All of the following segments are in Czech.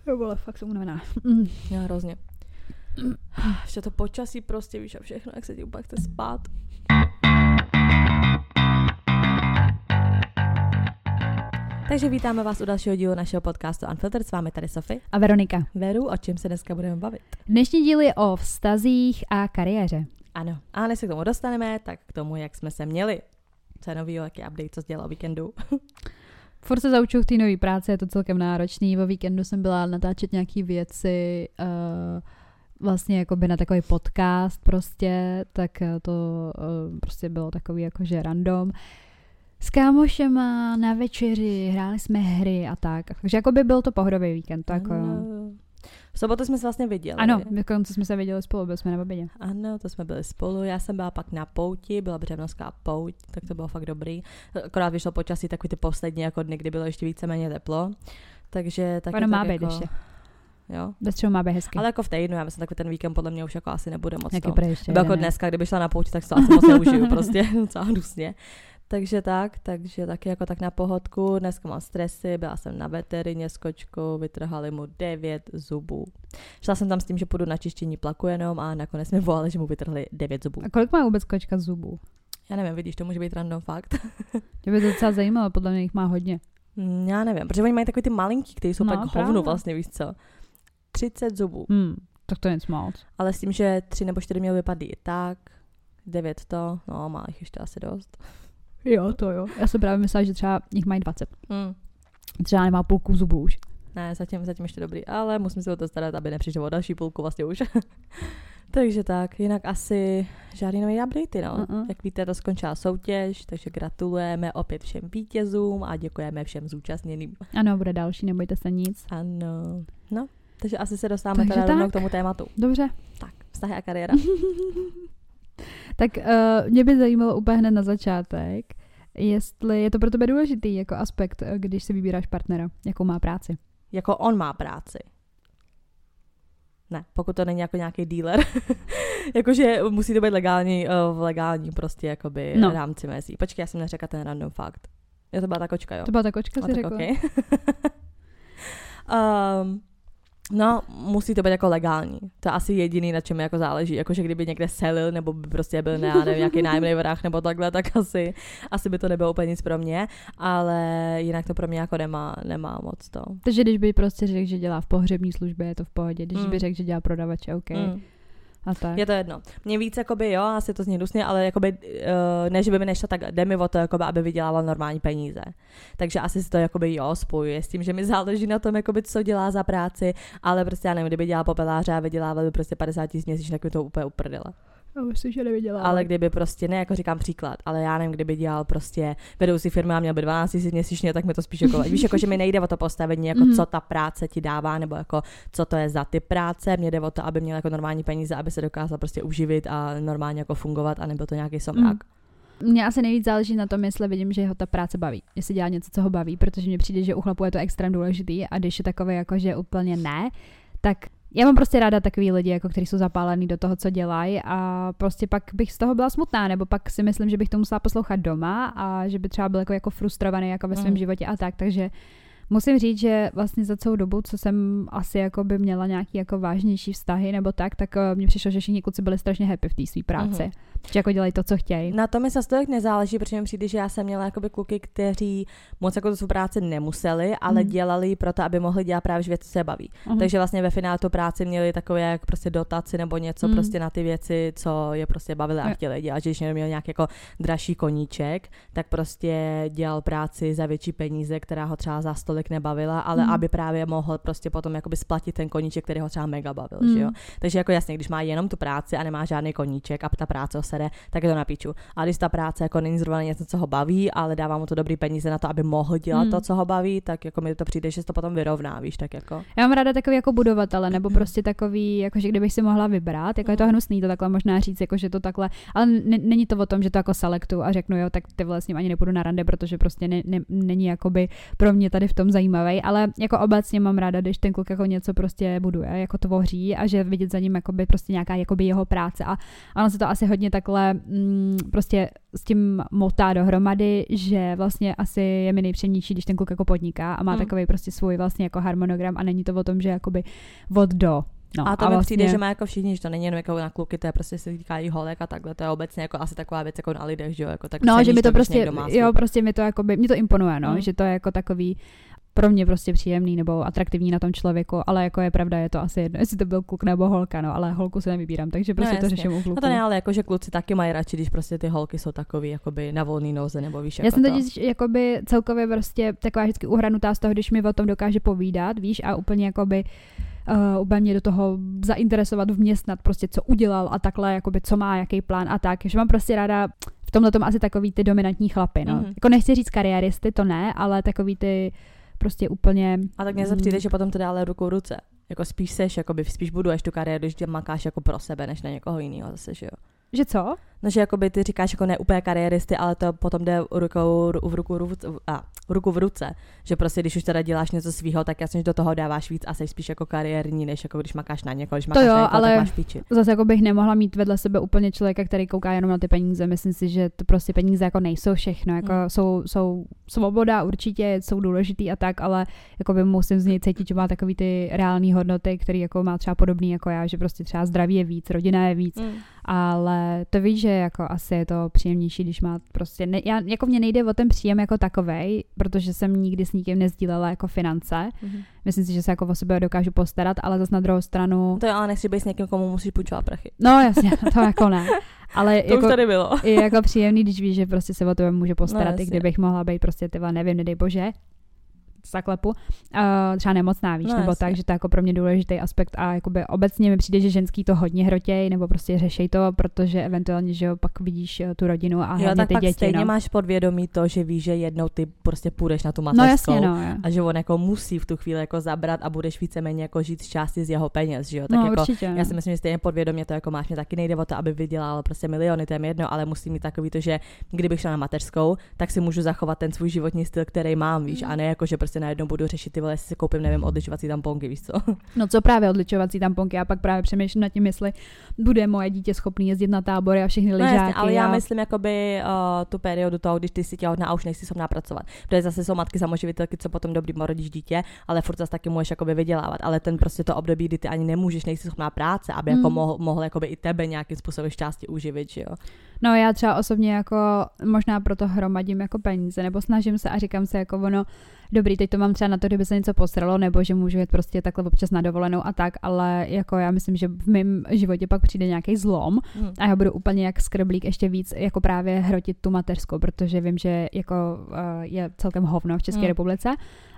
To bylo fakt jsem unavená. Já hrozně. Ještě to počasí prostě, víš, a všechno, jak se ti úplně chce spát. Takže vítáme vás u dalšího dílu našeho podcastu Unfiltered. S vámi tady Sofie A Veronika. Veru, o čem se dneska budeme bavit? Dnešní díl je o vztazích a kariéře. Ano, a než se k tomu dostaneme, tak k tomu, jak jsme se měli. Co je novýho, jaký update, co jsi dělal o víkendu? Furt se zaučuju v té nové práci, je to celkem náročný. O víkendu jsem byla natáčet nějaký věci, vlastně jakoby na takový podcast prostě, tak to prostě bylo takový jakože random. S kámošema na večeři, hráli jsme hry a tak. Takže jakoby byl to pohodový víkend. To jako, v sobotu jsme se vlastně viděli. Ano, dokonce jsme se viděli spolu, byli jsme na obědě. Ano, to jsme byli spolu. Já jsem byla pak na pouti, byla břevnovská pouť, tak to bylo fakt dobrý. Akorát vyšlo počasí takový ty poslední jako dny, kdy bylo ještě víceméně teplo. Takže taky ono tak má být jako... ještě. Jo. Bez čeho má být hezky. Ale jako v týdnu, já myslím, takový ten víkend podle mě už jako asi nebude moc Jak to. Ještě jako dneska, kdyby šla na pouť, tak to asi moc neužiju, prostě docela hnusně. Takže taky jako tak na pohodku, dneska mám stresy, byla jsem na veterině s kočkou, vytrhali mu 9 zubů. Šla jsem tam s tím, že půjdu na čištění plaku jenom a nakonec mi volali, že mu vytrhli 9 zubů. A kolik má vůbec kočka zubů? Já nevím, vidíš, to může být random fakt. Mě by to docela zajímalo, podle mě jich má hodně. Já nevím, protože oni mají takový ty malinký, který jsou pak právě. hovnu vlastně, víš co. 30 zubů. Tak to je nic moc. Ale s tím, že 3 nebo 4 měl vypadat i tak, 9 to, no má jich ještě asi dost. Jo, to jo. Já jsem právě myslela, že třeba jich mají 20. Třeba nemá půlku zubů už. Ne, zatím ještě dobrý, ale musím se o to starat, aby nepřišlo o další půlku vlastně už. Takže tak, jinak asi žádný nový update, no. Jak víte, to skončila soutěž, takže gratulujeme opět všem vítězům a děkujeme všem zúčastněným. Ano, bude další, nebojte se nic. Ano, no, takže asi se dostáváme teda rovnou k tomu tématu. Dobře. Tak, vztahy a kariéra. Tak mě by zajímalo úplně hned na začátek, jestli je to pro tebe důležitý jako aspekt, když si vybíráš partnera, jakou má práci. Jako on má práci. Ne, pokud to není jako nějaký dealer. Jakože musí to být legální prostě jakoby rámci mezí. Počkej, já jsem neřekla ten random fakt. Jo, to byla ta kočka, jo? To byla ta kočka, si řekla. Okay. No, musí to být jako legální. To je asi jediný, na čem mi jako záleží. Jakože kdyby někde selil, nebo by prostě byl nevím, nějaký nájemný vrah, nebo takhle, tak asi by to nebylo úplně nic pro mě. Ale jinak to pro mě jako nemá moc to. Takže když by prostě řekl, že dělá v pohřební službě, je to v pohodě. Když by řekl, že dělá prodavače, OK. A tak. Je to jedno. Mně víc, jakoby, jo, asi to zní dusně, ale jakoby, ne, že by mi nešlo, tak jde mi o to, jakoby, aby vydělával normální peníze. Takže asi si to jakoby, jo, spojuje s tím, že mi záleží na tom, jakoby, co dělá za práci, ale prostě já nevím, kdyby dělal popeláře a vydělával by prostě 50 000 měsíčně, tak mi to úplně uprdele. Myslím, že nevydělá. Ale kdyby prostě, ne jako říkám příklad, ale já nevím, kdyby dělal prostě vedoucí firmy a měl by 12 000 měsíčně, tak mi to spíš jako, víš, jako, že mi nejde o to postavení, jako co ta práce ti dává, nebo jako co to je za ty práce, mě jde o to, aby měl jako normální peníze, aby se dokázal prostě uživit a normálně jako fungovat a nebyl to nějaký somrak. Mně asi nejvíc záleží na tom, jestli vidím, že ho ta práce baví. Jestli dělá něco, co ho baví, protože mně přijde, že u chlapů je to extrémně důležitý a když je takové jako, že úplně ne, tak já mám prostě ráda takový lidi, jako kteří jsou zapálení do toho, co dělají a prostě pak bych z toho byla smutná, nebo pak si myslím, že bych to musela poslouchat doma a že by třeba byl jako frustrovaný jako ve svém životě a tak, takže musím říct, že vlastně za celou dobu, co jsem asi jako by měla nějaký jako vážnější vztahy nebo tak mně přišlo, že všichni kluci byli strašně happy v té své práci. Že jako dělají to, co chtějí. Na to mi zase tolik nezáleží, protože mi přijde, že já jsem měla jakoby kluky, kteří moc jako tu svou práci nemuseli, ale dělali proto, aby mohli dělat právě věci, co se baví. Takže vlastně ve finále tu práci měli takové jak prostě dotaci nebo něco prostě na ty věci, co je prostě bavily a chtěli dělat. Že když měl nějaký jako dražší koníček, tak prostě dělal práci za větší peníze, která ho třeba za stolik nebavila, ale aby právě mohl prostě potom jakoby splatit ten koníček, který ho třeba mega bavil, že jo. Takže jako jasně, když má jenom tu práci a nemá žádný koníček a ta práce sere, tak je to na píču. A když ta práce jako není zrovna něco, co ho baví, ale dává mu to dobrý peníze na to, aby mohl dělat to, co ho baví, tak jako mi to přijde, že se to potom vyrovná, víš, tak jako. Já mám ráda takový jako budovatele, nebo prostě takový, jako že kdybych si mohla vybrat, jako je to hnusný to takhle možná říct, jako že to takhle, ale není to o tom, že to jako selektu a řeknu, jo, tak ty vole s ním ani nepůjdu na rande, protože prostě není jakoby pro mě tady v tom tom zajímavý, ale jako obecně mám ráda, když ten kluk jako něco prostě buduje, jako tvoří a že vidět za ním jakoby prostě nějaká jakoby jeho práce a ono se to asi hodně takhle prostě s tím motá dohromady, že vlastně asi je mi nejpříjemnější, když ten kluk jako podniká a má takový prostě svůj vlastně jako harmonogram a není to o tom, že jakoby od do. No, a to mi vlastně... přijde, že má jako všichni, že to není jenom jako na kluky, to je prostě se týká i holek a takhle, to je obecně jako asi taková věc jako na lidech, že jo, jako tak. No, že mi to prostě, jo, prostě mi to jakoby, mě to imponuje, no, že to je jako takový pro mě prostě příjemný nebo atraktivní na tom člověku, ale jako je pravda, je to asi jedno, jestli to byl kluk nebo holka, no, ale holku se nevybírám, takže prostě to řeším u kluků. No to ne, ale jako, že kluci taky mají radši, když prostě ty holky jsou takový jakoby na volný noze nebo víš, já jako jsem totiž jakoby celkově prostě taková vždycky uhranutá z toho, když mi o tom dokáže povídat, víš, a úplně jakoby úplně mě do toho zainteresovat, vměstnat prostě, co udělal a takhle, jakoby, co má, jaký plán a tak, že mám prostě ráda v tomhletom asi takový ty dominantní chlapy, no. Jako nechci říct kariéristy, to ne, ale takový ty prostě úplně... A tak mně se přijde, že potom to dá ale ruku v ruce. Jako spíš seš, jakoby, spíš buduješ tu kariéru, když tě makáš jako pro sebe, než na někoho jiného zase, že jo. Že co? No, že jakoby ty říkáš jako ne úplně kariéristy, ale to potom jde ruku v ruce, že prostě když už teda děláš něco svýho, tak jasně, že do toho dáváš víc a jsi spíš jako kariérní, než jako když makáš na někoho, když makáš na někoho, tak máš píči. Zase jako bych nemohla mít vedle sebe úplně člověka, který kouká jenom na ty peníze. Myslím si, že to prostě peníze jako nejsou všechno, jako jsou svoboda určitě, jsou důležitý a tak, ale jako by musím z něj cítit, že má takový ty reální hodnoty, který jako má třeba podobný jako já, že prostě třeba zdraví je víc, rodina je víc, ale to víš, že jako asi je to příjemnější, když má prostě, jako mně nejde o ten příjem jako takovej, protože jsem nikdy s nikým nezdílela jako finance. Myslím si, že se jako o sebe dokážu postarat, ale zase na druhou stranu... To jo, ale nechci být s někým, komu musíš půjčovat prachy. No jasně, to jako ne. Ale to jako, už tady bylo. Je jako příjemný, když víš, že prostě se o tebe může postarat, no, i kdybych mohla být prostě tyva, nevím, nedej bože, zaklepu, třeba nemocná, víš, nebo tak, že to je jako pro mě důležitý aspekt a jakoby obecně mi přijde, že ženský to hodně hrotěj, nebo prostě řešej to, protože eventuálně, že jo, pak vidíš tu rodinu a hlavně tak ty pak děti. Stejně máš podvědomí to, že víš, že jednou ty prostě půjdeš na tu mateřskou a že on jako musí v tu chvíli jako zabrat a budeš víceméně jako žít z části z jeho peněz, že jo. Tak jako určitě, já si myslím, že stejně podvědomě to jako máš, mě taky nejde o to, aby vydělal prostě miliony, to je mi jedno, ale musí mít takový to, že kdybych šla na mateřskou, tak si můžu zachovat ten svůj životní styl, který mám, víš, a ne jako že prostě najednou budu řešit ty vole, jestli si koupím, nevím, odličovací tamponky, víš co? No co právě odličovací tamponky, já pak právě přemýšlím nad tím, jestli bude moje dítě schopný jezdit na tábory a všechny lyžáky. No jasně, ale já myslím jakoby tu periodu toho, když ty si těhotná a už nejsi schopná pracovat. Protože zase jsou matky samoživitelky, co potom dobrý rodíš dítě, ale furt zase taky můžeš jakoby vydělávat, ale ten prostě to období, kdy ty ani nemůžeš, nejsi schopná práce, aby jako mohl jakoby i tebe nějakým způsobem šťastně uživit, že jo. No já třeba osobně jako možná proto hromadím jako peníze, nebo snažím se a říkám si jako ono, dobrý, teď to mám třeba na to, kdyby se něco posralo, nebo že můžu jít prostě takhle občas na dovolenou a tak, ale jako já myslím, že v mém životě pak přijde nějaký zlom a já budu úplně jak skrblík ještě víc jako právě hrotit tu mateřskou, protože vím, že jako je celkem hovno v České republice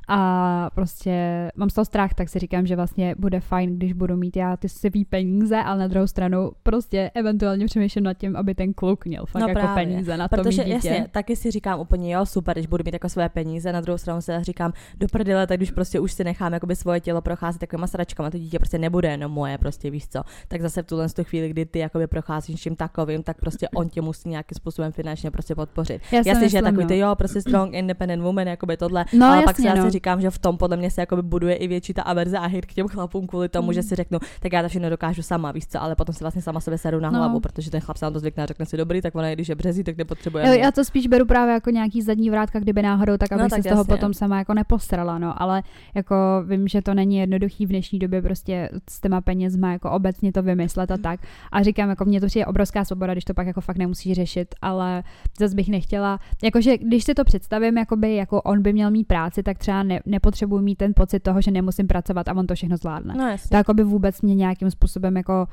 a prostě mám z toho strach, tak si říkám, že vlastně bude fajn, když budu mít já ty svý peníze, ale na druhou stranu prostě eventuálně přemýšlím nad tím, aby ten kluk měl fakt jako právě peníze na to mít dítě. Protože jasně, taky si říkám úplně jo, super, když budu mít jako své peníze, na druhou stranu se říkám do prdele, tak když prostě už si nechám jakoby svoje tělo procházet takovýma sračkama, to dítě prostě nebude jenom moje, prostě víš co. Tak zase v tuhle chvíli, kdy ty jakoby procházíš čím takovým, tak prostě on tě musí nějakým způsobem finančně prostě podpořit. Jasně, že takový ty jo, prostě strong independent woman, jakoby tohle, no, ale jasně, pak si říkám, že v tom podle mě se jakoby buduje i větší ta averze a hejt k těm chlapům kvůli tomu, že si řeknu, tak já to všechno dokážu sama, víš co, ale potom si vlastně sama sebe sedu na hlavu, protože ten chlap se na to zvykne a řekne si dobrý, tak ona když je březí, tak nepotřebuje. Já to spíš beru právě jako nějaký zadní vrátka, kdyby náhodou, tak abych se z toho potom sama jako neposrala, no, ale jako vím, že to není jednoduchý v dnešní době prostě s těma penězma jako obecně to vymyslet a tak. A říkám, jako mě to přijde obrovská svoboda, když to pak jako fakt nemusíš řešit, ale zase bych nechtěla, jakože když si to představím, jakoby, jako on by měl mít práci, tak třeba nepotřebuji mít ten pocit toho, že nemusím pracovat a on to všechno zvládne. No, to jakoby vůbec mě nějakým způsobem jako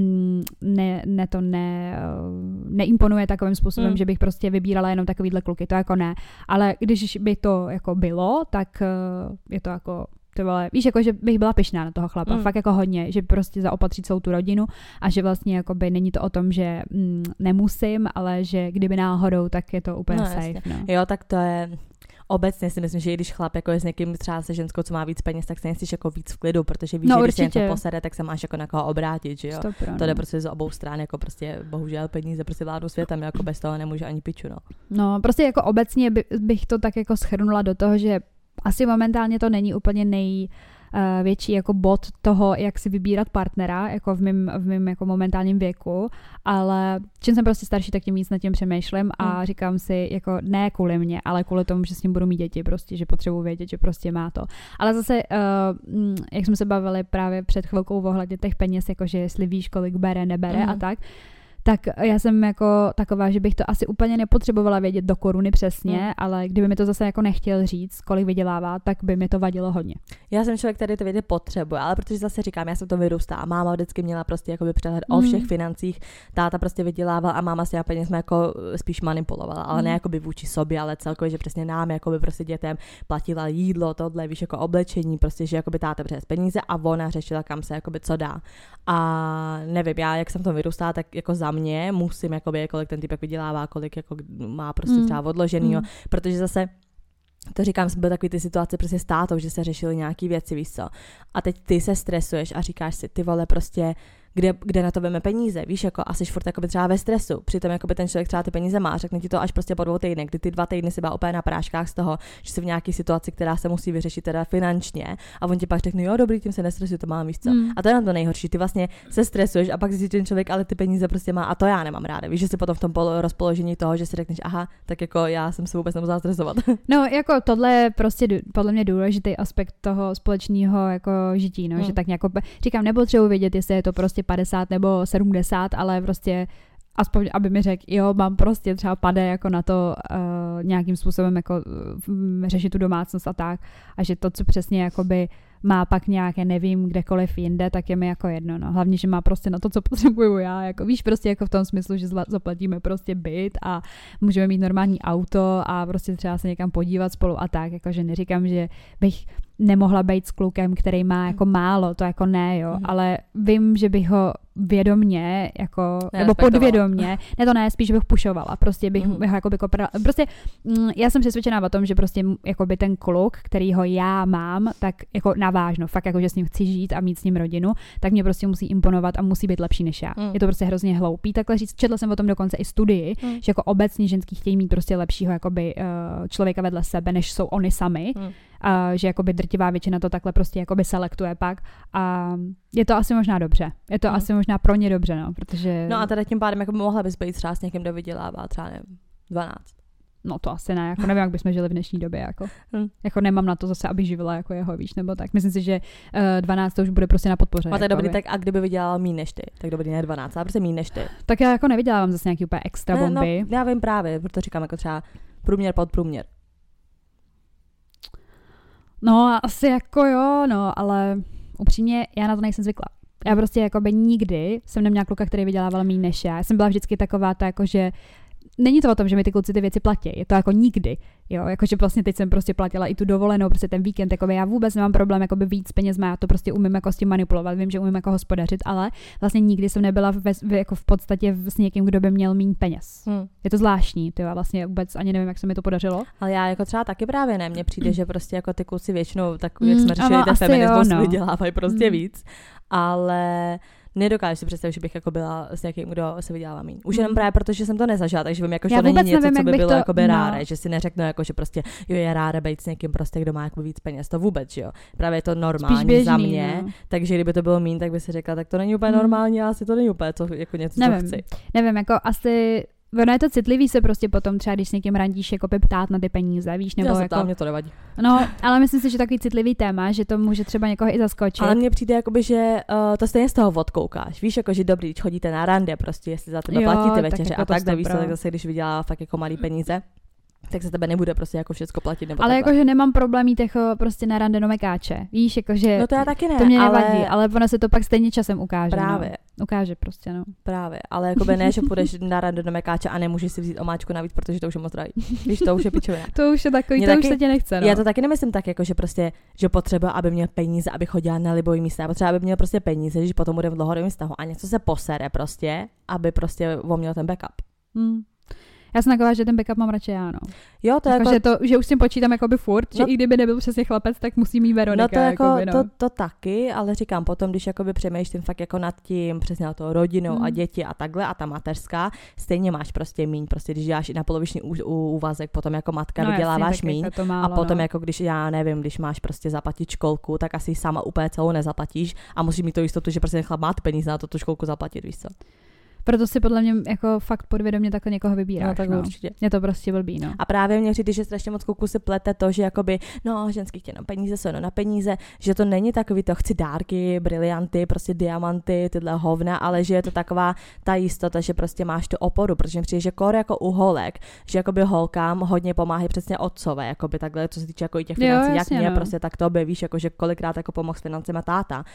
neimponuje takovým způsobem, že bych prostě vybírala jenom takovýhle kluky, to jako ne. Ale když by to jako bylo, tak je to jako víš, jako, že bych byla pyšná na toho chlapa, fakt jako hodně, že prostě zaopatřit celou tu rodinu a že vlastně jakoby není to o tom, že nemusím, ale že kdyby náhodou, tak je to úplně safe. No. Jo, tak to je... Obecně si myslím, že i když chlap jako je s někým třeba se ženskou, co má víc peněz, tak se nejsi jako víc v klidu, protože víš, že když se něco posede, tak se máš jako na koho obrátit, že jo. To jde prostě z obou stran, jako prostě bohužel peníze prostě vládnou světem, jako bez toho nemůže ani piču, no. No, prostě jako obecně bych to tak jako shrnula do toho, že asi momentálně to není úplně větší jako bod toho, jak si vybírat partnera, jako v mém jako momentálním věku, ale čím jsem prostě starší, tak tím víc nad tím přemýšlím a říkám si, jako ne kvůli mě, ale kvůli tomu, že s ním budu mít děti, prostě, že potřebuji vědět, že prostě má to. Ale zase, jak jsme se bavili právě před chvilkou ohledně těch peněz, jakože jestli víš, kolik bere, nebere a tak já jsem jako taková, že bych to asi úplně nepotřebovala vědět do koruny přesně, ale kdyby mi to zase jako nechtěl říct, kolik vydělává, tak by mi to vadilo hodně. Já jsem člověk, který to vědět potřebuje, ale protože zase říkám, já jsem to vyrůstala. Máma vždycky měla prostě jakoby přehled o všech financích, táta prostě vydělával a máma s těma penězmi jako spíš manipulovala, ale ne jakoby vůči sobě, ale celkově, že přesně nám jakoby prostě dětem platila jídlo, tohle, víš, jako oblečení, prostě že jakoby táta přes peníze a ona řešila, kam se jakoby co dá. A nevím, já jak jsem to vyrůstala, tak jako za mě musím jakoby, kolik ten typek vydělává, kolik jako má prostě třeba odloženýho, protože zase to říkám, byl takový ty situace prostě s tátou, že se řešily nějaký věci, víš co. A teď ty se stresuješ a říkáš si, ty vole, prostě kde na to veme peníze, víš, jako a jsi furt jakoby třeba ve stresu. Přitom jakoby ten člověk třeba ty peníze má, řekne ti to až prostě po 2 týdnech, kdy ty 2 týdny si byla úplně na práškách z toho, že jsi v nějaké situaci, která se musí vyřešit teda finančně a on ti pak řekne, jo, dobrý, tím se nestresuj, to mám, víš co. A to je na to nejhorší, ty vlastně se stresuješ a pak zjistíš, ten člověk ale ty peníze prostě má a to já nemám ráda. Víš, že si potom v tom rozpoložení toho, že si řekneš, aha, tak jako já jsem se vůbec nemusela stresovat. No, jako tohle je prostě podle mě důležitý aspekt toho společného jako žití, no, že tak nějak říkám, nepotřebuji vědět, jestli je to prostě 50 nebo 70, ale prostě aspoň, aby mi řekl, jo, mám prostě třeba pade jako na to nějakým způsobem jako řešit tu domácnost a tak a že to, co přesně jakoby má pak nějaké, nevím, kdekoliv jinde, tak je mi jako jedno, no. Hlavně, že má prostě na to, co potřebuju já, jako víš, prostě jako v tom smyslu, že zaplatíme prostě byt a můžeme mít normální auto a prostě třeba se někam podívat spolu a tak, jakože neříkám, že bych nemohla být s klukem, který má jako málo, to jako ne, jo, ale vím, že bych ho vědomně, jako, nebo podvědomně, ne to ne, spíš bych pušovala, prostě bych ho jakoby prostě já jsem přesvědčená o tom, že prostě jakoby ten kluk, který ho já mám, tak jako navážno, fakt jako, že s ním chci žít a mít s ním rodinu, tak mě prostě musí imponovat a musí být lepší než já. Je to prostě hrozně hloupý, takhle říct, četla jsem o tom dokonce i studii, že jako obecně ženský chtějí mít prostě lepšího jakoby člověka vedle sebe, než jsou oni sami. Že jakoby drtivá většina to takhle prostě jakoby selektuje pak a je to asi možná dobře. Je to asi možná pro ně dobře, no, protože... No a teda tím pádem jako mohla bys být třeba s někým, kdo vydělává třeba nevím, 12. No to asi ne, jako nevím, jak bychom žili v dnešní době, jako. Jako nemám na to zase, aby živila jako jeho, víš, nebo tak. Myslím si, že 12 to už bude prostě na podpoře. A tak dobrý, tak a kdyby vydělala míň než ty, tak dobrý, ne 12, ale prostě míň než ty. Tak já jako nevydělávám zase nějaký úplně extra bomby. No, já vím právě, protože říkám jako třeba průměr pod průměr. No asi jako jo, no, ale upřímně já na to nejsem zvyklá. Já prostě jakoby nikdy jsem neměla kluka, který vydělával méně než já. Já jsem byla vždycky taková ta jako, že není to o tom, že mi ty kluci ty věci platí, je to jako nikdy, jo, jakože vlastně teď jsem prostě platila i tu dovolenou, prostě ten víkend, jakoby já vůbec nemám problém jakoby víc peněz, já to prostě umím jako s tím manipulovat, vím, že umím jako hospodařit, ale vlastně nikdy jsem nebyla jako v podstatě s někým, kdo by měl méně peněz. Je to zvláštní, ty vlastně vůbec ani nevím, jak se mi to podařilo. Ale já jako třeba taky právě ne, mně přijde, že prostě jako ty kluci většinou, tak jak jsme řešili, ten feminismus vydělávají prostě víc, ale nedokážu si představit, že bych jako byla s někým, kdo se vydělává míň. Už jenom právě protože jsem to nezažila, takže vím, jako, že to není něco, co by bylo to, jakoby ráda, že si neřeknu, jako, že prostě jo, je ráda být s někým prostě, kdo má jako víc peněz, to vůbec, že jo. Právě je to normální běžný, za mě, no. Takže kdyby to bylo míň, tak by si řekla, tak to není úplně normální, a asi to není úplně to, jako něco, co chci. Nevím, jako asi ono je to citlivý se prostě potom třeba, když s někým randíš, jako ptát na ty peníze, víš, nebo jako... mě to nevadí. No, ale myslím si, že takový citlivý téma, že to může třeba někoho i zaskočit. Ale mně přijde, jakoby, že to stejně z toho odkoukáš. Víš, jako, že dobrý, když chodíte na rande, prostě, jestli za tebe platí ty večeře jako a tak, tak výsledek zase, když vydělá fakt jako malý peníze, tak se tebe nebude prostě jako všecko platit. Nebo ale jakože nemám problém jít jako prostě na rande do mekáče. Víš, jakože no to já taky ne, to mě nevadí, ale ono se to pak stejně časem ukáže. Právě. No. Ukáže prostě, no. Právě, ale jakoby ne, že půjdeš na rande do mekáče a nemůžeš si vzít omáčku navíc, protože to už je moc drahý. Víš, to už je pičovina. To už je takový, to už se tě nechce, no. Já to taky nemyslím tak, jako že prostě, že potřeba, aby měl peníze, aby chodila na libový místa, potřeba, aby měl prostě peníze, když potom bude v dlouhodobém vztahu a něco se posere prostě, aby prostě on měl ten backup. Já jsem taková, že ten backup mám radši já, no. Jo, to jako... že už s tím počítám jakoby furt, že i kdyby nebyl přesně chlapec, tak musí mít Veronika. No to jako, jakoby, no. to taky, ale říkám potom, když jakoby přemýšlím fakt jako nad tím, přesně na to rodinou a děti a takhle a ta mateřská, stejně máš prostě míň, prostě když děláš i na poloviční úvazek, potom jako matka vyděláváš míň a potom jako když já nevím, když máš prostě zaplatit školku, tak asi sama úplně celou nezaplatíš a musíš mít to jistotu, že prostě chlap má peníze na to tu školku zaplatit, víš co. Proto si podle mě jako fakt podvědomě takhle někoho vybíráš. No, tak určitě. Je to prostě blbý, no. A právě mě přijde, že strašně moc kluků si plete to, že jakoby, no, ženský chtějí na peníze, jsou na peníze, že to není takový to, chci dárky, brilianty, prostě diamanty, tyhle hovna, ale že je to taková ta jistota, že prostě máš tu oporu, protože mi přijde, že kor jako u holek, že jakoby holkám hodně pomáhají přesně otcové, jakoby takhle, co se týče jako i těch financí, jo, jasně, jak mě no. Prostě tak to víš, jako že kolikrát jako pomohl s financema táta.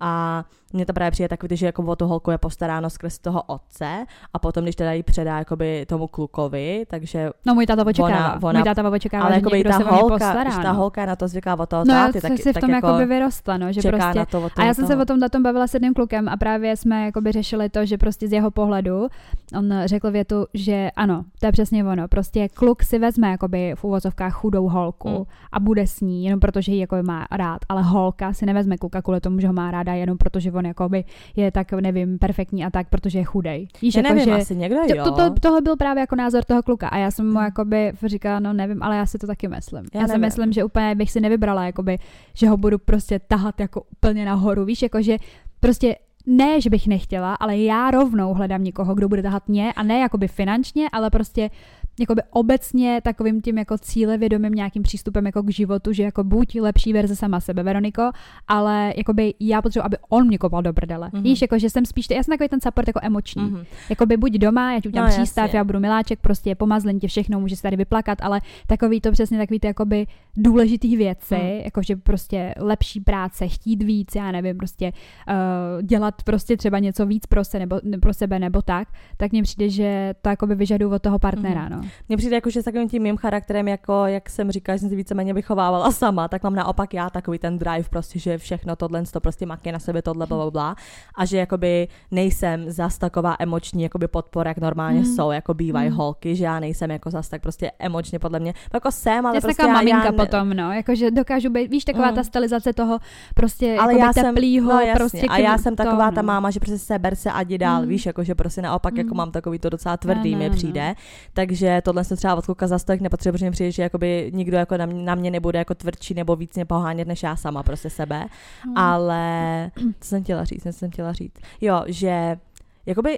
A mně to právě přijde takový, že jako o tu holku je postaráno skrz toho otce a potom, když teda jí předá jakoby tomu klukovi, takže no můj táta očekává, ale že jakoby někdo se o mě postará. Ta holka je na to zvyklá od toho táty, tak si v tom jako by vyrostla, no, že prostě. Na to a já jsem se o tom bavila s jedním klukem a právě jsme jakoby řešili to, že prostě z jeho pohledu on řekl větu, že ano, to je přesně ono, prostě kluk si vezme jakoby v uvozovkách chudou holku a bude s ní jenom protože ji jako má rád, ale holka si nevezme kluka kvůli tomu, že ho má ráda jenom protože on jakoby je tak nevím perfektní a tak, protože je chudej. Víš, jako, nevím, že asi někdo jo. Tohle byl právě jako názor toho kluka a já jsem mu jakoby říkala, no nevím, ale já si to taky myslím. Já si myslím, že úplně bych si nevybrala, jakoby, že ho budu prostě tahat jako úplně nahoru, víš, jakože prostě ne, že bych nechtěla, ale já rovnou hledám někoho, kdo bude tahat mě a ne jakoby finančně, ale prostě jakoby obecně takovým tím jako cílevědomým nějakým přístupem jako k životu, že jako buď lepší verze sama sebe, Veroniko, ale jakoby já potřebuji, aby on mě kopal do prdele. Víš, jako že jsem spíš, já jsem takový ten support jako emoční. Jakoby buď doma, já ti udělám přístav, jasně. Já budu miláček, prostě pomazlím tě všechno, můžeš se tady vyplakat, ale takový to přesně takový ty jakoby důležitý věci, jakože prostě lepší práce, chtít víc, já nevím, prostě dělat prostě třeba něco víc pro sebe nebo tak mně přijde, že to jakoby vyžaduju od toho partnera, no. Mně přijde jako, že s takovým tím mým charakterem, jako jak jsem říkala, že jsem si víceméně vychovávala sama, tak mám naopak já takový ten drive prostě, že všechno tohle to prostě maky na sebe tohle blablabla a že jakoby nejsem zas taková emoční jakoby podpora, jak normálně jsou, jako bývají holky, že já nejsem jako zas tak prostě emočně podle mě, jako jsem, ale prostě taková maminka potom, no, jakože dokážu být, víš, taková ta stylizace toho prostě ale jako já teplýho, no, prostě a já jsem taková ta máma, že prostě seber se a jdi dál, víš, jakože prostě naopak jako mám takový to docela tvrdý mi přijde, takže tohle se třeba od kluka za stolik nepotřebuje, protože mi přijde, že jakoby nikdo jako na mě nebude jako tvrdší nebo víc mě pohánět než já sama prostě sebe, ale co jsem chtěla říct, jo, že jakoby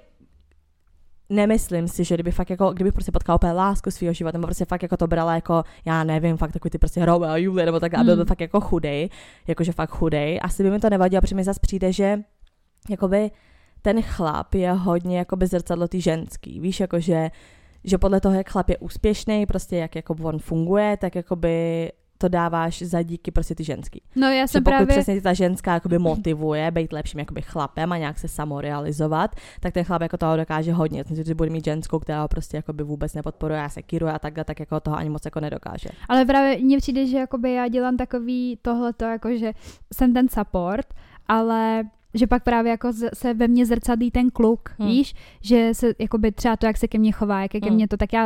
nemyslím si, že kdybych prostě potkala úplně lásku svýho života, nebo prostě fakt jako to brala jako, já nevím, fakt takový ty prostě Romeo a Julie, nebo tak, a byl fakt jako chudej, jakože fakt chudej, asi by mi to nevadilo, protože mi zase přijde, že jakoby ten chlap je hodně jakoby zrcadlo ty ženský, víš, jakože že podle toho, jak chlap je úspěšný, prostě jak jako on funguje, tak jakoby to dáváš za díky prostě ty ženský. No já jsem pokud přesně ta ženská jakoby motivuje být lepším jakoby chlapem a nějak se samorealizovat, tak ten chlap jako toho dokáže hodně. Když bude mít ženskou, která ho prostě jakoby vůbec nepodporuje a sekíruje a takhle, tak jako toho ani moc jako nedokáže. Ale právě mně přijde, že jakoby já dělám takový tohleto, jako že jsem ten support, ale že pak právě jako se ve mně zrcadlí ten kluk, víš, že se jakoby třeba to, jak se ke mně chová, jak je ke mně to, tak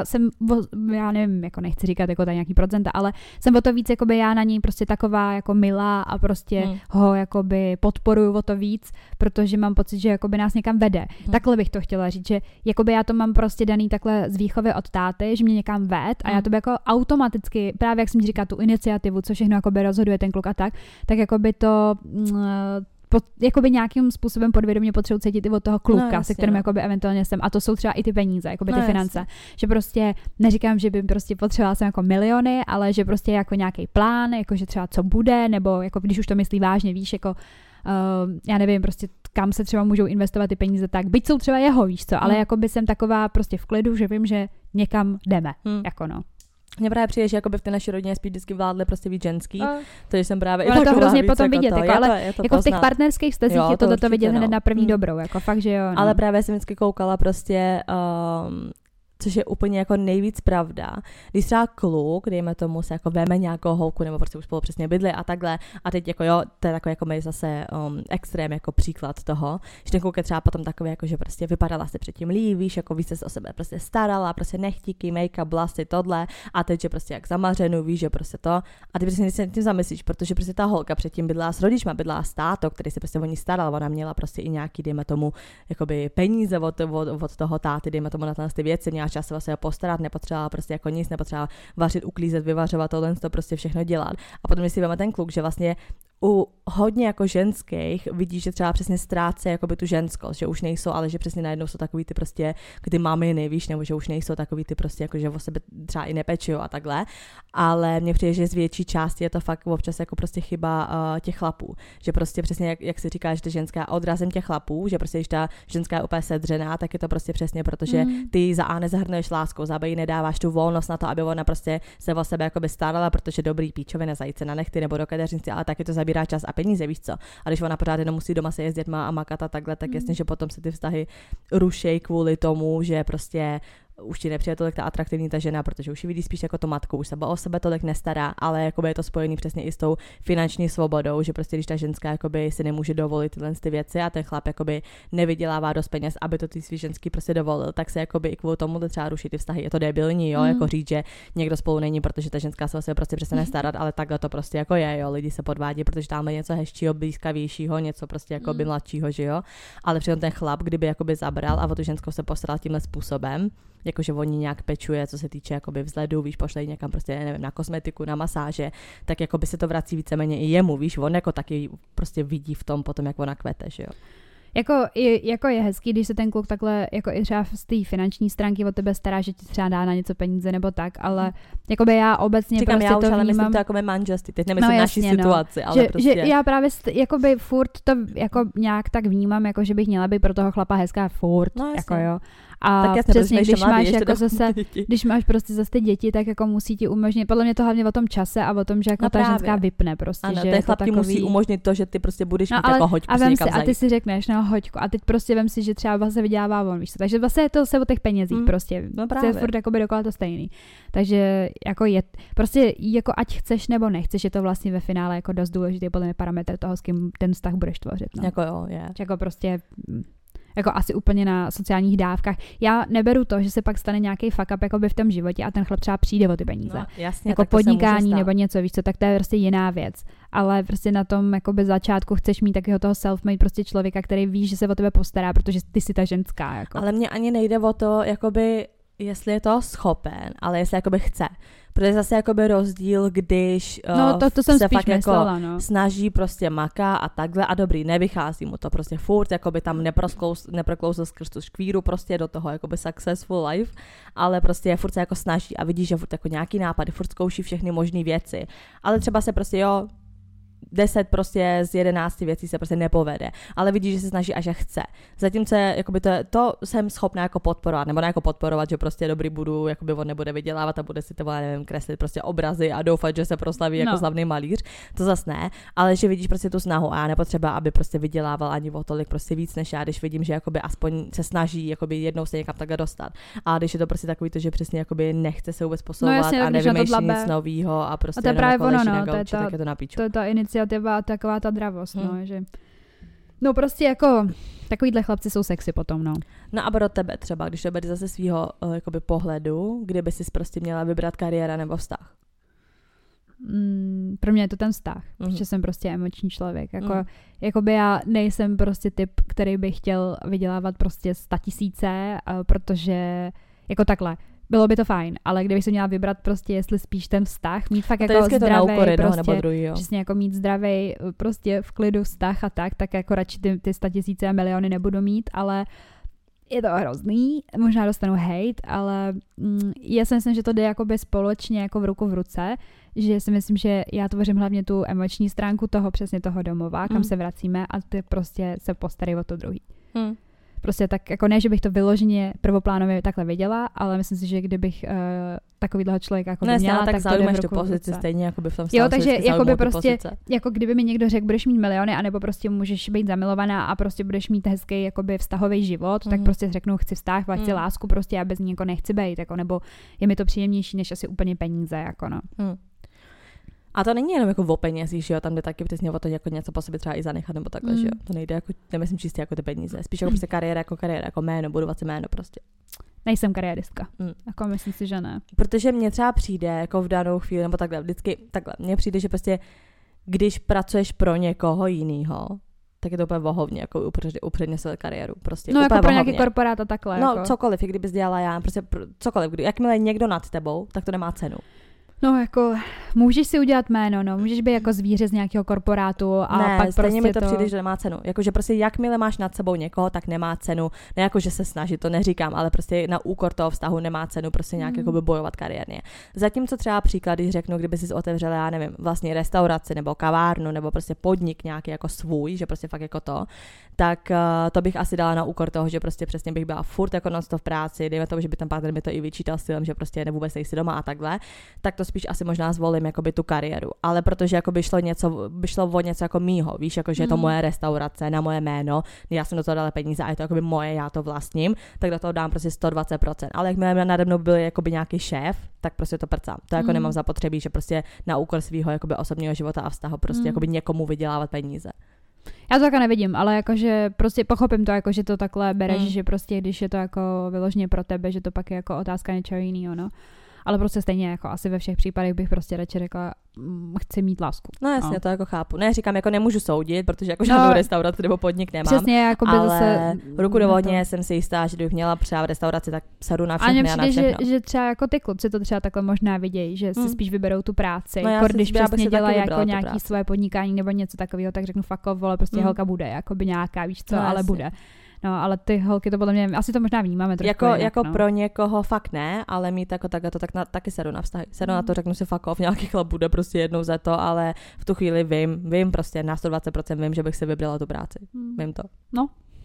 já nevím, jako nechci říkat jako tady nějaký procenta, ale jsem o to víc, jakoby já na něj prostě taková jako milá a prostě ho jakoby podporuju o to víc, protože mám pocit, že jakoby nás někam vede. Takhle bych to chtěla říct, že jakoby já to mám prostě daný takhle z výchovy od táty, že mě někam ved a já to by jako automaticky, právě jak jsem ti říkala, tu iniciativu, co všechno jakoby rozhoduje ten kluk a tak jakoby to jakoby nějakým způsobem podvědomě potřebuji cítit i od toho kluka, se kterým jakoby eventuálně jsem. A to jsou třeba i ty peníze, jakoby ty finance. Že prostě neříkám, že by prostě potřebovala jsem jako miliony, ale že prostě jako nějaký plán, jako že třeba co bude, nebo jako když už to myslí vážně, víš, jako já nevím, prostě kam se třeba můžou investovat ty peníze tak. Byť jsou třeba jeho, víš co, ale jakoby jsem taková prostě v klidu, že vím, že někam jdeme, jako no. Mně právě přijde, že jakoby v té naší rodině spíš vždycky vládly prostě víc ženský, takže jsem právě i to hrozně potom jako vidět, to, jako, ale je to jako v těch partnerských vztazích je to vidět hned na první dobrou, jako fakt, že jo. No. Ale právě jsem vždycky koukala prostě což je úplně jako nejvíc pravda. Když třeba kluk, dejme tomu, se jako veme nějakou holku, nebo prostě už spolu přesně bydli a takhle, a teď jako jo, to je takový jako zase extrém jako příklad toho, že ten kluk je třeba potom takový, jako že prostě vypadala se předtím líp, víš, jako víc se o sebe prostě starala, prostě nechtíky, make-up, vlasy, tohle, a teď, že prostě jak zamařenou, víš, že prostě to, a ty prostě se tím zamyslíš, protože prostě ta holka předtím bydlela s rodičma, bydlela s tátou, který se prostě o ní staral, ona měla prostě i nějaký, dejme tomu, jakoby peníze od toho táty, dejme tomu na ty věci, měla čas se vlastně postarat, nepotřebovala prostě jako nic, nepotřebovala vařit, uklízet, vyvařovat, tohle to prostě všechno dělat. A potom si veme ten kluk, že vlastně u hodně jako ženských vidíš, že třeba přesně ztrácí jakoby tu ženskost, že už nejsou, ale že přesně najednou jsou takový ty prostě, kdy maminy, víš, nebo že už nejsou takový ty prostě, jako že o sebe třeba i nepečujou a takhle, ale mně přijde, že z větší části je to fakt občas jako prostě chyba těch chlapů, že prostě přesně jak si říká, že ta ženská odrazem těch chlapů, že prostě když ta ženská je úplně sedřená, tak je to prostě přesně, protože ty za A nezahrnuješ láskou, za B jí nedáváš tu volnost na to, aby ona prostě se o sebe jakoby starala, protože dobrý píčovina, zajíce na nechty nebo do kadeřnici, ale taky to zabírá čas a peníze, víš co. A když ona pořád jenom musí doma se jezdit a makat a takhle, tak jasně, že potom se ty vztahy rušejí kvůli tomu, že prostě už ti nepřijde tolik ta atraktivní ta žena, protože už ji vidí spíš jako to matku, už se o sebe tolik nestará, ale jakoby je to spojený přesně i s tou finanční svobodou, že prostě když ta ženská jakoby si nemůže dovolit tyhle ty věci a ten chlap jakoby nevydělává dost peněz, aby to ty svý ženský prostě dovolil, tak se jakoby i kvůli tomu třeba ruší ty vztahy. Je to debilní, jo, jako říct, že někdo spolu není, protože ta ženská se o sebe prostě přestane starat, ale takhle to prostě jako je, jo, lidi se podvádí, protože tam je něco hezčího, blízkavějšího, něco prostě jakoby mladšího, že jo. Ale přitom ten chlap, kdyby jakoby zabral a o tu ženskou se postaral tímhle způsobem, jakože oni nějak pečuje, co se týče jakoby vzhledu, víš, pošlej někam prostě, nevím, na kosmetiku, na masáže, tak jakoby se to vrací víceméně i jemu, víš, on jako taky prostě vidí v tom potom, jak ona kvete, že jo. Jako je hezký, když se ten kluk takhle jako i třeba z té finanční stránky o tebe stará, že ti třeba dá na něco peníze nebo tak, ale jakoby já obecně říkám, prostě já už, to ale vnímám. Myslím to jako manželství, teď nemyslím naší situaci, ale že, prostě. Že já právě jakoby furt to jako nějak tak vnímám, jako že bych měla být pro toho chlapa hezká furt, no, jako jo. A tak jasně, přesně, když mladý, máš jako zase, děti. když máš prostě zase ty děti, tak jako musí ti umožnit, podle mě to hlavně o tom čase a o tom, že jako ta ženská vypne prostě, ano, že ten chlap ti takový... musí umožnit to, že ty prostě budeš mít ale, jako hoďku si někam zajít. A ty si řekneš, no hoďku, a teď prostě vem si, že třeba vlastně vydělává on, víš co, takže vlastně je to se o těch penězích prostě, no to je furt jakoby dokola to stejný, takže jako je, prostě jako ať chceš nebo nechceš, je to vlastně ve finále jako dost důležitý podle mě parametr toho, s kým ten vztah budeš tvořit, no. Jako jo, je. Jako prostě jako asi úplně na sociálních dávkách. Já neberu to, že se pak stane nějaký fuck up jakoby v tom životě a ten chlap třeba přijde o ty peníze. No, jasně, jako podnikání nebo něco, víš co, tak to je prostě jiná věc. Ale prostě na tom jakoby začátku chceš mít takového toho self-made prostě člověka, který ví, že se o tebe postará, protože ty jsi ta ženská. Jako. Ale mně ani nejde o to, jakoby, jestli je to schopen, ale jestli jakoby chce. Protože zase jakoby rozdíl, když to jsem se spíš fakt myslela, jako snaží prostě maká a takhle a dobrý, nevychází mu to prostě furt, jakoby tam neproklouzl skrz tu škvíru prostě do toho jakoby successful life, ale prostě furt se jako snaží a vidíš, že furt jako nějaký nápady, furt zkouší všechny možné věci, ale třeba se prostě 10 prostě z 11 věcí se prostě nepovede, ale vidíš, že se snaží a že chce. Zatímco jakoby to jsem schopná jako podporovat, nebo ne jako podporovat, že prostě dobrý budu, jakoby on nebude vydělávat a bude si to, nevím, kreslit prostě obrazy a doufat, že se proslaví jako slavný malíř. To zas ne, ale že vidíš prostě tu snahu a já nepotřeba, aby prostě vydělával ani o tolik prostě víc než já, když vidím, že jakoby aspoň se snaží jakoby jednou se někam takhle dostat. A když je to prostě takový to, že přesně jakoby nechce se vůbec posouvat a nevymýšlí nic novýho a prostě a to je právě ono, tak je to na píču. To je ta iniciativa, taková ta dravost, no, že... No prostě jako, takovýhle chlapci jsou sexy potom, no. No a pro tebe třeba, když to bude zase svýho jakoby pohledu, kdyby jsi prostě měla vybrat kariéra nebo vztah? Pro mě je to ten vztah, protože jsem prostě emoční člověk. Jakoby já nejsem prostě typ, který by chtěl vydělávat prostě 100 000, protože jako takhle. Bylo by to fajn, ale kdybych se měla vybrat prostě, jestli spíš ten vztah, mít fakt jako zdravej, prostě, přesně jako mít zdravej, prostě v klidu vztah a tak jako radši ty 100 000 a miliony nebudu mít, ale je to hrozný, možná dostanu hate, ale já si myslím, že to jde jakoby společně jako v ruku v ruce, že si myslím, že já tvořím hlavně tu emoční stránku toho, přesně toho domova, kam se vracíme a ty prostě se postarají o to druhý. Prostě tak, jako ne, že bych to vyloženě prvoplánově takhle viděla, ale myslím si, že kdybych takovýhle člověka jako měla, tak to jde v tu ruku pozici stejně jako by v tom vztahu. Jo, takže jakoby prostě, pozice. jako kdyby mi někdo řekl, budeš mít miliony, anebo prostě můžeš být zamilovaná a prostě budeš mít hezký jakoby vztahový život, tak prostě řeknu, chci vztah, chci lásku, prostě já bez ní jako nechci být, jako, nebo je mi to příjemnější, než asi úplně peníze, jako no. A to není jenom jako o penězích, že jo, tam jde taky přesně o to jako něco po sobě třeba i zanechat nebo takhle, že jo. To nejde jako, nemyslím čistě jako ty peníze, spíš jako prostě kariéra, jako jméno, budovat si jméno prostě. Nejsem kariéristka, jako myslím si, že ne. Protože mně třeba přijde jako v danou chvíli, nebo takhle, vždycky takhle, mně přijde, že prostě když pracuješ pro někoho jinýho, tak je to úplně vohovně, jako upředně své kariéru. Prostě no úplně jako pro vohovně. nějaký korporát a takhle. No jako. Cokoliv, i kdybys dělala já, prostě cokoliv, jakmile je někdo nad tebou, tak to nemá cenu. No jako, můžeš si udělat jméno, no, můžeš být jako zvíře z nějakého korporátu a ne, pak stejně prostě mi to přijde, že nemá cenu. Jakože prostě jakmile máš nad sebou někoho, tak nemá cenu, ne jako, že se snaží, to neříkám, ale prostě na úkor toho vztahu nemá cenu prostě nějak jakoby bojovat kariérně. Zatímco třeba příklad, když řeknu, kdyby si otevřela, já nevím, vlastně restauraci nebo kavárnu nebo prostě podnik nějaký jako svůj, že prostě fakt jako to, tak to bych asi dala na úkor toho, že prostě přesně bych byla furt jako non-stop v práci, dejme tomu, že by ten partner mi to i vyčítal stylem, že prostě vůbec nejsi doma a takhle, tak to spíš asi možná zvolím jakoby tu kariéru, ale protože jako by šlo o něco jako mýho, víš, jako že je to moje restaurace na moje jméno, já jsem do toho dala peníze a je to jakoby moje, já to vlastním, tak do toho dám prostě 120%, ale jakmile nade mnou byl jakoby nějaký šéf, tak prostě to prcám. To jako nemám zapotřebí, že prostě na úkor svého jakoby osobního života a vztahu prostě jakoby někomu vydělávat peníze. Já to takhle nevidím, ale jakože prostě pochopím to, jako že to takhle bereš, že prostě když je to jako vyloženě pro tebe, že to pak je jako otázka něčeho jiného, no. Ale prostě stejně jako asi ve všech případech bych prostě radši řekla, chci mít lásku. No jasně, to jako chápu. Ne, říkám, jako nemůžu soudit, protože jako žádnou restauraci nebo podnik nemám. Přesně, jako by ale zase ruku do vodně jsem si jistá, že kdybych měla třeba v restauraci, tak sadu na všechny a na všechno. Že třeba jako ty kluci to třeba takhle možná vidějí, že si spíš vyberou tu práci. No když přesně dělají jako nějaký své podnikání nebo něco takového, tak řeknu fuck off, vole, prostě holka bude, jako by nějaká, víš co, no, ale bude. No, ale ty holky to podle mě, asi to možná vnímáme trošku jako pro někoho fakt ne, ale mít jako takhle to taky sedu na vztahy. Sedu na to, řeknu si fuck off, nějaký chlap bude prostě jednou za to, ale v tu chvíli vím prostě na 120% vím, že bych si vybrala tu práci. Vím to. No.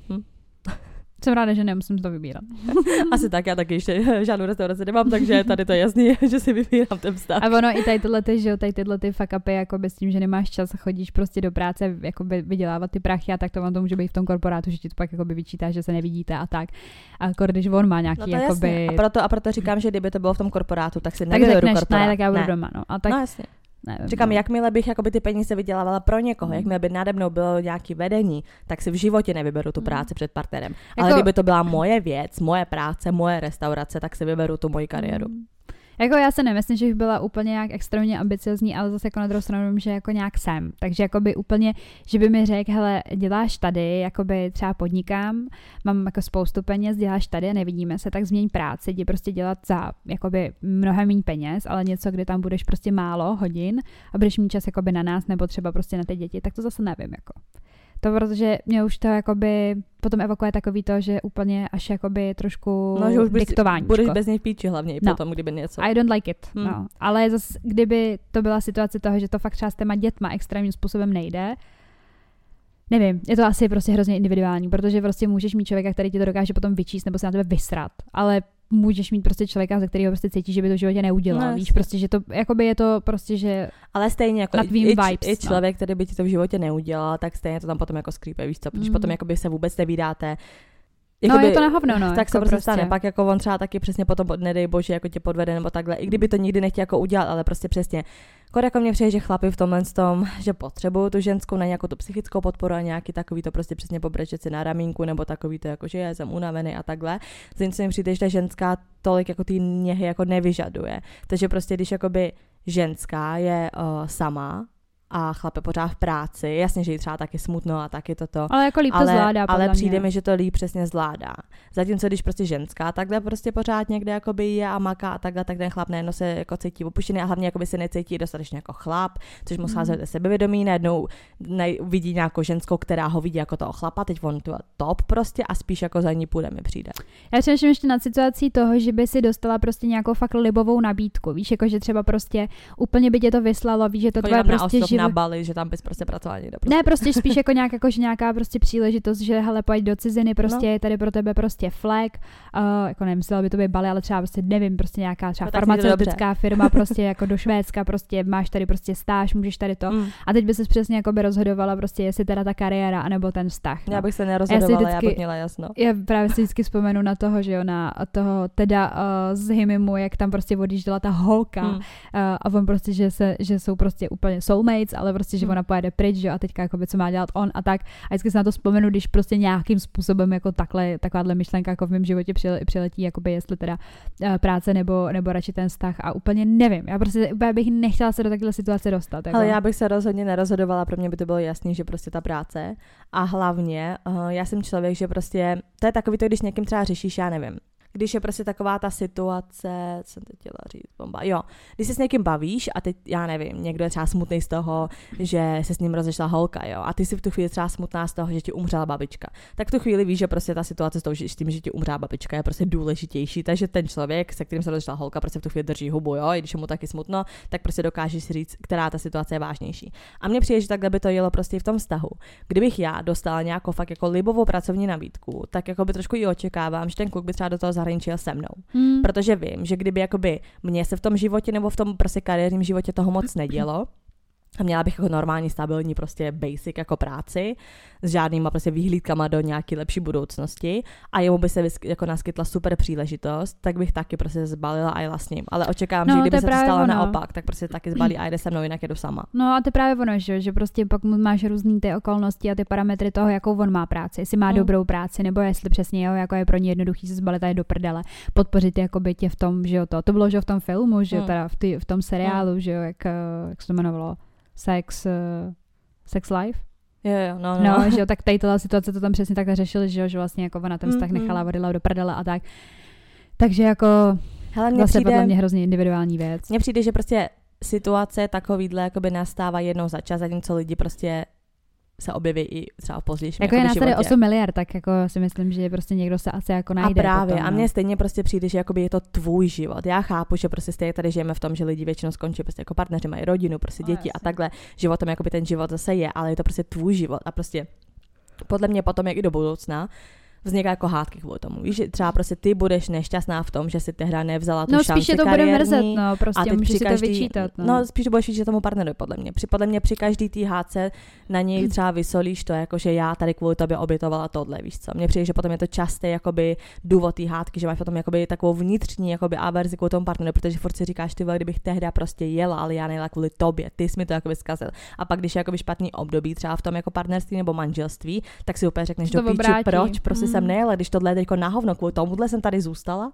Jsem ráda, že nemusím to vybírat. Asi tak, já taky ještě žádnou restauraci nemám, takže tady to je jasný, že si vybírám ten vztah. A ono i tyhle ty fuck upy, jako s tím, že nemáš čas a chodíš prostě do práce, jako vydělávat ty prachy a tak to může být v tom korporátu, že ti to pak jako vyčítá, že se nevidíte a tak. A když on má nějaký jakoby... A proto říkám, že kdyby to bylo v tom korporátu, tak si nevyberu korporát. Ne, tak já budu doma, no. A tak... No jasně. Nevím, říkám, jakmile bych jakoby ty peníze vydělávala pro někoho, jakmile by nade mnou bylo nějaký vedení, tak si v životě nevyberu tu práci před partnerem. Ale kdyby to byla moje věc, moje práce, moje restaurace, tak si vyberu tu moji kariéru. Jako já se nemyslím, že bych byla úplně nějak extrémně ambiciozní, ale zase jako na druhou stranu vím, že jako nějak jsem. Takže jakoby úplně, že by mi řekl, hele, děláš tady, jakoby třeba podnikám, mám jako spoustu peněz, děláš tady a nevidíme se, tak změň práci, jdi prostě dělat za jakoby mnohem méně peněz, ale něco, kde tam budeš prostě málo hodin a budeš mít čas jakoby na nás nebo třeba prostě na ty děti, tak to zase nevím, jako. To protože mě už to jakoby potom evokuje takový to, že úplně až jakoby trošku diktování. Budeš bez něj v píči hlavně i potom, kdyby něco. I don't like it, no. Ale zase, kdyby to byla situace toho, že to fakt třeba s těma dětma extrémním způsobem nejde, nevím, je to asi prostě hrozně individuální, protože prostě můžeš mít člověka, který ti to dokáže potom vyčíst nebo se na tebe vysrat, ale můžeš mít prostě člověka, ze kterého prostě cítíš, že by to v životě neudělal. No, víš, prostě, že to, jakoby je to prostě, že ale stejně jako na tvým vibes, i člověk, který by ti to v životě neudělal, tak stejně to tam potom jako skřípe, víš co, protože potom jakoby se vůbec nevídáte. Jakoby, no je to na hovno, no. Tak jako se prostě stane. Pak jako on třeba taky přesně potom, nedej bože, jako tě podvede nebo takhle. I kdyby to nikdy nechtěl jako udělat, ale prostě přesně. Jako mě přijde, že chlapi v tomhle tom, že potřebují tu ženskou na nějakou tu psychickou podporu a nějaký takový to prostě přesně pobrečet si na ramínku nebo takový to jako, že já jsem unavený a takhle. Zatímco mi přijde, že ta ženská tolik jako ty něhy jako nevyžaduje. Takže prostě když jakoby ženská je sama a chlap je pořád v práci, jasně, že jí třeba taky smutno a taky toto. Ale jako líp to zvládá, ale přijde mi, že to líp přesně zvládá. Zatímco když prostě ženská takhle prostě pořád někde jakoby je a maká a takhle, tak ten chlap najednou se jako cítí opuštěný a hlavně jakoby se necítí dostatečně jako chlap, což mu schází sebevědomí, najednou vidí nějakou ženskou, která ho vidí jako toho chlapa, teď on to top prostě a spíš jako za ní půjde, mi přijde. Já přemýšlím ještě nad situací toho, že by si dostala prostě nějakou fakt libovou nabídku, víš, jako že třeba prostě úplně by tě to vyslalo, víš, že to tvoje prostě život na Bali, že tam bys prostě pracovala někde. Prostě. Ne, prostě spíš jako nějaká prostě příležitost, že hele, pojď do ciziny, prostě je tady pro tebe prostě flag, jako nemyslela by to být Bali, ale třeba prostě nevím, prostě nějaká třeba farmaceutická firma prostě jako do Švédska, prostě máš tady prostě stáž, můžeš tady to. A teď by ses přesně jako by rozhodovala prostě, jestli teda ta kariéra anebo ten vztah. No. Já bych se nerozhodovala, já bych měla jasno. Já právě si vždycky vzpomenu na toho, že jo, na toho teda z Himimu, jak tam prostě odjížděla ta holka a on prostě, že jsou prostě úplně soulmates, ale prostě, že ona pojede pryč, že jo, a teďka jakoby, co má dělat on a tak. A vždycky se na to vzpomenu, když prostě nějakým způsobem jako takováhle myšlenka jako v mém životě přiletí, jakoby jestli teda práce nebo radši ten vztah a úplně nevím. Já prostě úplně bych nechtěla se do takové situace dostat. Jako. Ale já bych se rozhodně nerozhodovala, pro mě by to bylo jasný, že prostě ta práce a hlavně já jsem člověk, že prostě to je takový to, když někým třeba řešíš, já nevím. Když je prostě taková ta situace, co jsem teď chtěla říct, bomba, jo, když se s někým bavíš a teď, já nevím, někdo je třeba smutný z toho, že se s ním rozešla holka, jo, a ty si v tu chvíli třeba smutná z toho, že ti umřela babička, tak v tu chvíli víš, že prostě ta situace s tím, že ti umřela babička je prostě důležitější, takže ten člověk, se kterým se rozešla holka, prostě v tu chvíli drží hubu, jo, i když je mu taky smutno, tak prostě dokážeš si říct, která ta situace je vážnější. A mně přijde, že takhle by to jelo prostě v tom vztahu. Kdybych já dostala nějakou fakt jako libovou pracovní nabídku, tak jako by trošku i očekávám, že ten kluk by třeba do toho zahraničí se mnou. Protože vím, že kdyby jakoby mě se v tom životě nebo v tom prostě kariérním životě toho moc nedělo a měla bych jako normální, stabilní prostě basic jako práci s žádnýma prostě výhlídkama do nějaké lepší budoucnosti a jemu by se jako naskytla super příležitost, tak bych taky prostě zbalila a jela s ním. Ale očekávám, že kdyby se to stalo naopak, tak prostě taky zbalí a jde se mnou, jinak jedu sama. No a to je právě ono, že prostě pak máš různý ty okolnosti a ty parametry toho, jakou on má práci, jestli má dobrou práci, nebo jestli přesně jako je pro ně jednoduchý se zbalit a je do prdele, podpořit jakoby tě v tom, že jo, to bylo, že v tom filmu, že jo, teda v tom seriálu, že jo, jak se to jmenovalo, Sex Life? Jo, no. Že jo, tak tady tohle situace to tam přesně takhle řešili, že jo, že vlastně jako ona ten vztah nechala odjela do prdele a tak. Takže jako zase podle mě hrozně individuální věc. Mně přijde, že prostě situace takovýhle jakoby nastává jednou za čas, zatímco lidi prostě se objeví i třeba v pozdějším jako je nás tady 8 miliard, tak jako si myslím, že prostě někdo se asi jako najde. A právě, potom, a mně stejně prostě přijde, že jakoby je to tvůj život. Já chápu, že prostě stejně tady žijeme v tom, že lidi většinou skončí prostě jako partneři, mají rodinu, prostě děti a takhle. Životem jakoby ten život zase je, ale je to prostě tvůj život a prostě podle mě potom, jak i do budoucna, vzniká jako hádky kvůli tomu. Víš, že třeba prostě ty budeš nešťastná v tom, že si tehda nevzala tu šanci kariérní. No spíš to bude mrzet, no, prostě můžeš si to vyčítat. No spíš to budeš vyčítat tomu partnerovi, podle mě při každý tý hádce na něj třeba vysolíš to, jako že já tady kvůli tobě obětovala tohle, víš co. Mně přijde, že potom je to častý jakoby důvod té hádky, že máš potom jakoby takovou vnitřní jakoby averzi kvůli tomu partnerovi, protože furt si říkáš, ty vole, kdybych tehda prostě jela, ale já nejela kvůli tobě, ty jsi mi to jakoby zkazil. A pak když je jakoby špatný období třeba v tom jako partnerství nebo manželství, tak si úplně řekneš do píči, proč prostě jsem nejela, když tohle je teďko na hovno, kvůli tomuhle jsem tady zůstala.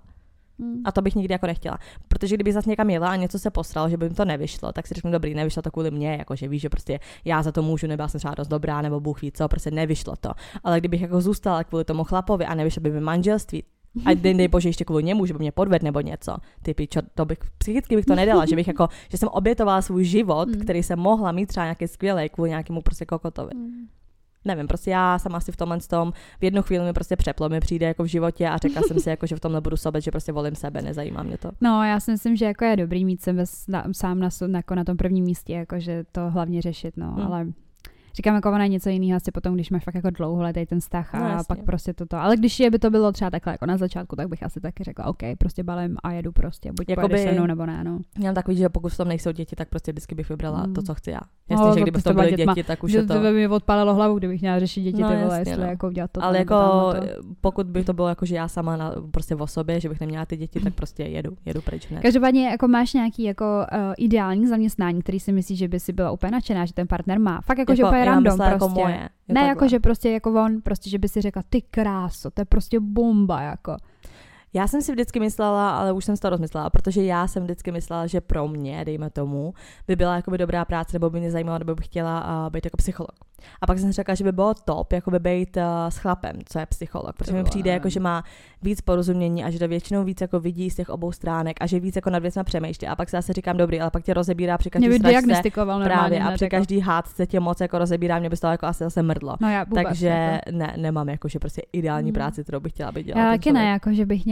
A to bych nikdy jako nechtěla. Protože kdyby zase někam jela a něco se posralo, že by mi to nevyšlo, tak si řeknu, dobrý, nevyšlo to kvůli mně, jakože víš, že prostě já za to můžu, nebyla jsem třeba dost dobrá, nebo Bůh ví co, prostě nevyšlo to. Ale kdybych jako zůstala kvůli tomu chlapovi a nevyšlo by mi manželství, a dej bože ještě kvůli němu, že by mě podvedl nebo něco, ty pičo, to bych, psychicky bych to nedala, že bych jako, že jsem obětovala svůj život, který jsem mohla mít třeba nějaký skvělý kvůli nějakému prostě kokotovi. Nevím, prostě já jsem asi v tomhle tom, v jednu chvíli mi prostě přeplo mi přijde jako v životě a řekla jsem si, jako, že v tom nebudu sobet, že prostě volím sebe, nezajímá mě to. No, já si myslím, že jako je dobrý mít sebe sám na tom prvním místě, jako, že to hlavně řešit, no, ale říkám, jako ona je něco jiného asi potom, když máš fakt jako dlouholetý ten vztah a pak prostě toto. Ale když by to bylo třeba takhle jako na začátku, tak bych asi taky řekla, OK, prostě balím a jedu prostě, buď pojedeš se mnou nebo ne, no. Já mám takový, že pokud v tom nejsou děti, tak prostě vždycky bych vybrala to, co chci já. Jasně, že kdyby v tom byly děti, tak už je to. To by mi odpálilo hlavu, kdybych měla řešit děti, ty vole, jestli jako udělat to. Ale jako pokud by to bylo jako, že já sama prostě o sobě, že bych neměla ty děti, tak prostě jedu pryč hned. Každopádně jako máš nějaký jako ideální zaměstnání, který si myslíš, že by si byla úplně nadšená, že ten partner má. Fakt jako že úplně random prostě. Moje, ne, jako že prostě jako on, prostě že by si řekla, ty kráso, to je prostě bomba, jako. Já jsem si vždycky myslela, ale už jsem si to rozmyslela, protože já jsem vždycky myslela, že pro mě, dejme tomu, by byla jakoby dobrá práce, nebo by mě zajímala, nebo bych chtěla být jako psycholog. A pak jsem si řekla, že by bylo top, jakoby být s chlapem, co je psycholog, protože mi přijde jako, že má víc porozumění a že to většinou víc jako vidí z těch obou stránek a že víc jako nad věcmi přemýšlí. A pak se zase říkám, dobrý, ale pak tě rozebírá při každý sračce právě a při každý hádce tě moc jako rozebírá, mě by to jako asi zase mrdlo. No já vůbec, takže ne, nemám jako, že prostě ideální práci, kterou bych chtěla být dělat. Já taky ne, jako že bych měla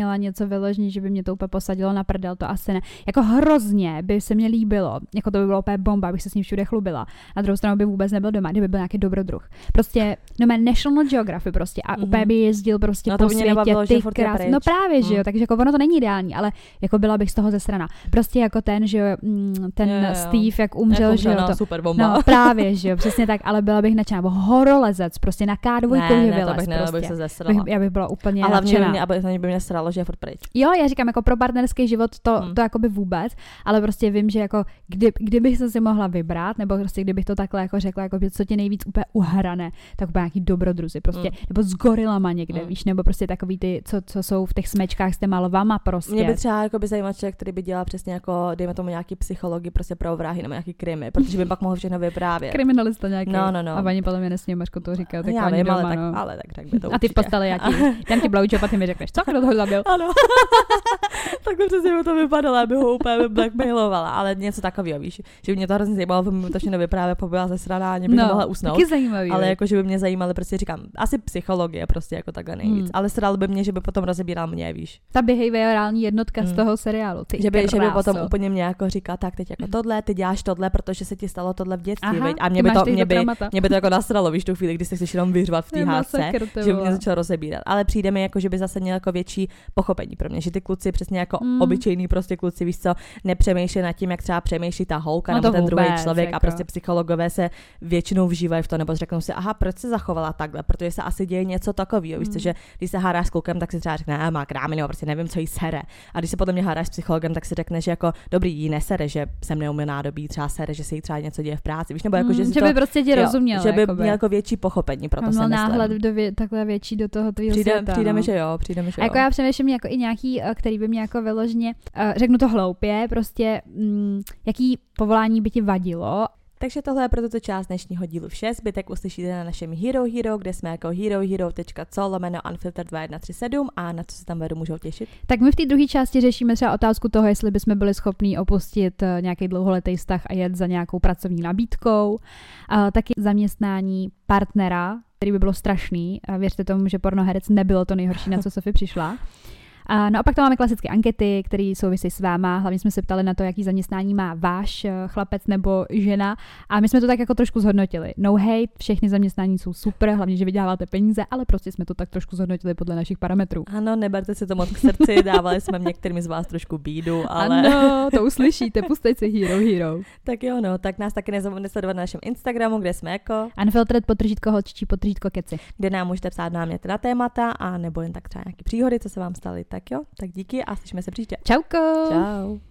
měla něco vyloženě, že by mě to úplně posadilo na prdel, to asi ne. Jako hrozně by se mě líbilo, jako to by bylo úplně bomba, abych se s ním všude chlubila. Na druhou stranu by vůbec nebyl doma, kdyby byl nějaký dobrodruh. Prostě, no má National Geography prostě a úplně by jezdil prostě po světě, ty krásy. No právě, že jo, takže jako ono to není ideální, ale jako byla bych z toho zesraná. Prostě jako ten, že jo, ten Steve, jak umřel, že jo, to. Super bomba. No právě, že jo, přesně tak, ale byla bych nadšená, nebo horolezec, prostě na K2 že vylez, bych se zesrala. Já bych byla úplně a hlavně nadšená. by mě sralo, že je furt pryč. Jo, já říkám, jako pro partnerský život to jakoby vůbec, ale prostě vím, že jako kdybych se si mohla vybrat, nebo prostě kdybych to takhle jako řekla, jako co tě nejvíc úplně uhrané, tak úplně nějaký dobrodruzi prostě, nebo s gorilama někde, víš, nebo prostě takový ty, co jsou v těch smečkách s těma lvama prostě. Mě by třeba jako by zajímal člověk, který by dělal přesně jako, dejme tomu nějaký psychologii prostě pro vrahy nebo nějaký krimi, protože by pak mohl všechno vyprávět. Kriminalista nějaký. No. A paní podle mě nesmí Mařko to říkat, tak já ani vím, doma, ale tak řek mi to. A ty v posteli, dám ti blowjob a ty mi řekneš, co, kdo toho zabil? Ano. Takhle přesně by to vypadalo, aby ho úplně blackmailovala, ale něco takového, víš, že by mě to hrozně zajímalo, by mi to všechno vyprávět, pobyla ze sraná, bych mohla usnout. Taky zajímavý. Ale jako, že by mě zajímaly, prostě říkám, asi psychologie prostě jako takhle nejvíc, ale sral by mě, že by potom rozebíral mě, víš. Ta behaviorální jednotka z toho seriálu, že by potom úplně mě jako říká, tak teď jako tohle, ty děláš tohle, protože se ti stalo tohle v dětství, viď? A mě by to jako nasralo, víš, tu chvíli, kdy se chceš jenom vyřvat v té hádce, že by mě začalo rozebírat. Ale přijde mi jako, že by zase měl jako větší pochopení pro mě, že ty kluci přesně jako obyčejný prostě kluci, víš co, nepřemýšlí nad tím, jak třeba přemýšlí ta holka nebo ten druhý člověk jako. A prostě psychologové se většinou vžívají v to, nebo řeknou si, aha, proč se zachovala takhle, protože se asi děje něco takového, víš co, že když se hádáš s klukem, tak si třeba řekne, má krámy, nebo prostě nevím, co jí sere. A když se potom mě hádáš s psychologem, tak si řekne, že jako dobrý, jí nesere, že jsem neumí nádobí, třeba sere, že se jí třeba něco děje v práci, víš, nebo jako že by prostě ti rozuměl, že by měl jako větší pochopení, proto jsem náhled takhle větší do toho tvýho světa. Přijde mi, že jo. A jako já přemýšlím jako i nějaký, který by mě jako vyloženě, řeknu to hloupě, prostě jaký povolání by ti vadilo. Takže tohle je pro tuto část dnešního dílu vše. Zbytek uslyšíte na našem Hero, kde jsme jako herohero.co/unfiltered2137 a na co se tam můžou těšit. Tak my v té druhé části řešíme třeba otázku toho, jestli bychom byli schopní opustit nějaký dlouholetý vztah a jet za nějakou pracovní nabídkou. Taky zaměstnání partnera, který by bylo strašný. Věřte tomu, že pornoherec nebylo to nejhorší, na co Sofie přišla. No a pak tam máme klasické ankety, které souvisí s váma. Hlavně jsme se ptali na to, jaký zaměstnání má váš chlapec nebo žena. A my jsme to tak jako trošku zhodnotili. No hate, všechny zaměstnání jsou super, hlavně, že vyděláváte peníze, ale prostě jsme to tak trošku zhodnotili podle našich parametrů. Ano, neberte si to moc k srdci, dávali jsme některým z vás trošku bídu, ale... Ano, to uslyšíte, pustejte si Hero. Tak jo, no, tak nás taky nezapomeňte sledovat na našem Instagramu, kde jsme jako unfiltered_holčičí_keci, kde nám můžete psát náměty na témata a nebo jen tak třeba nějaké příhody, co se vám staly. Tak jo, tak díky a slyšíme se příště. Čauko. Čau.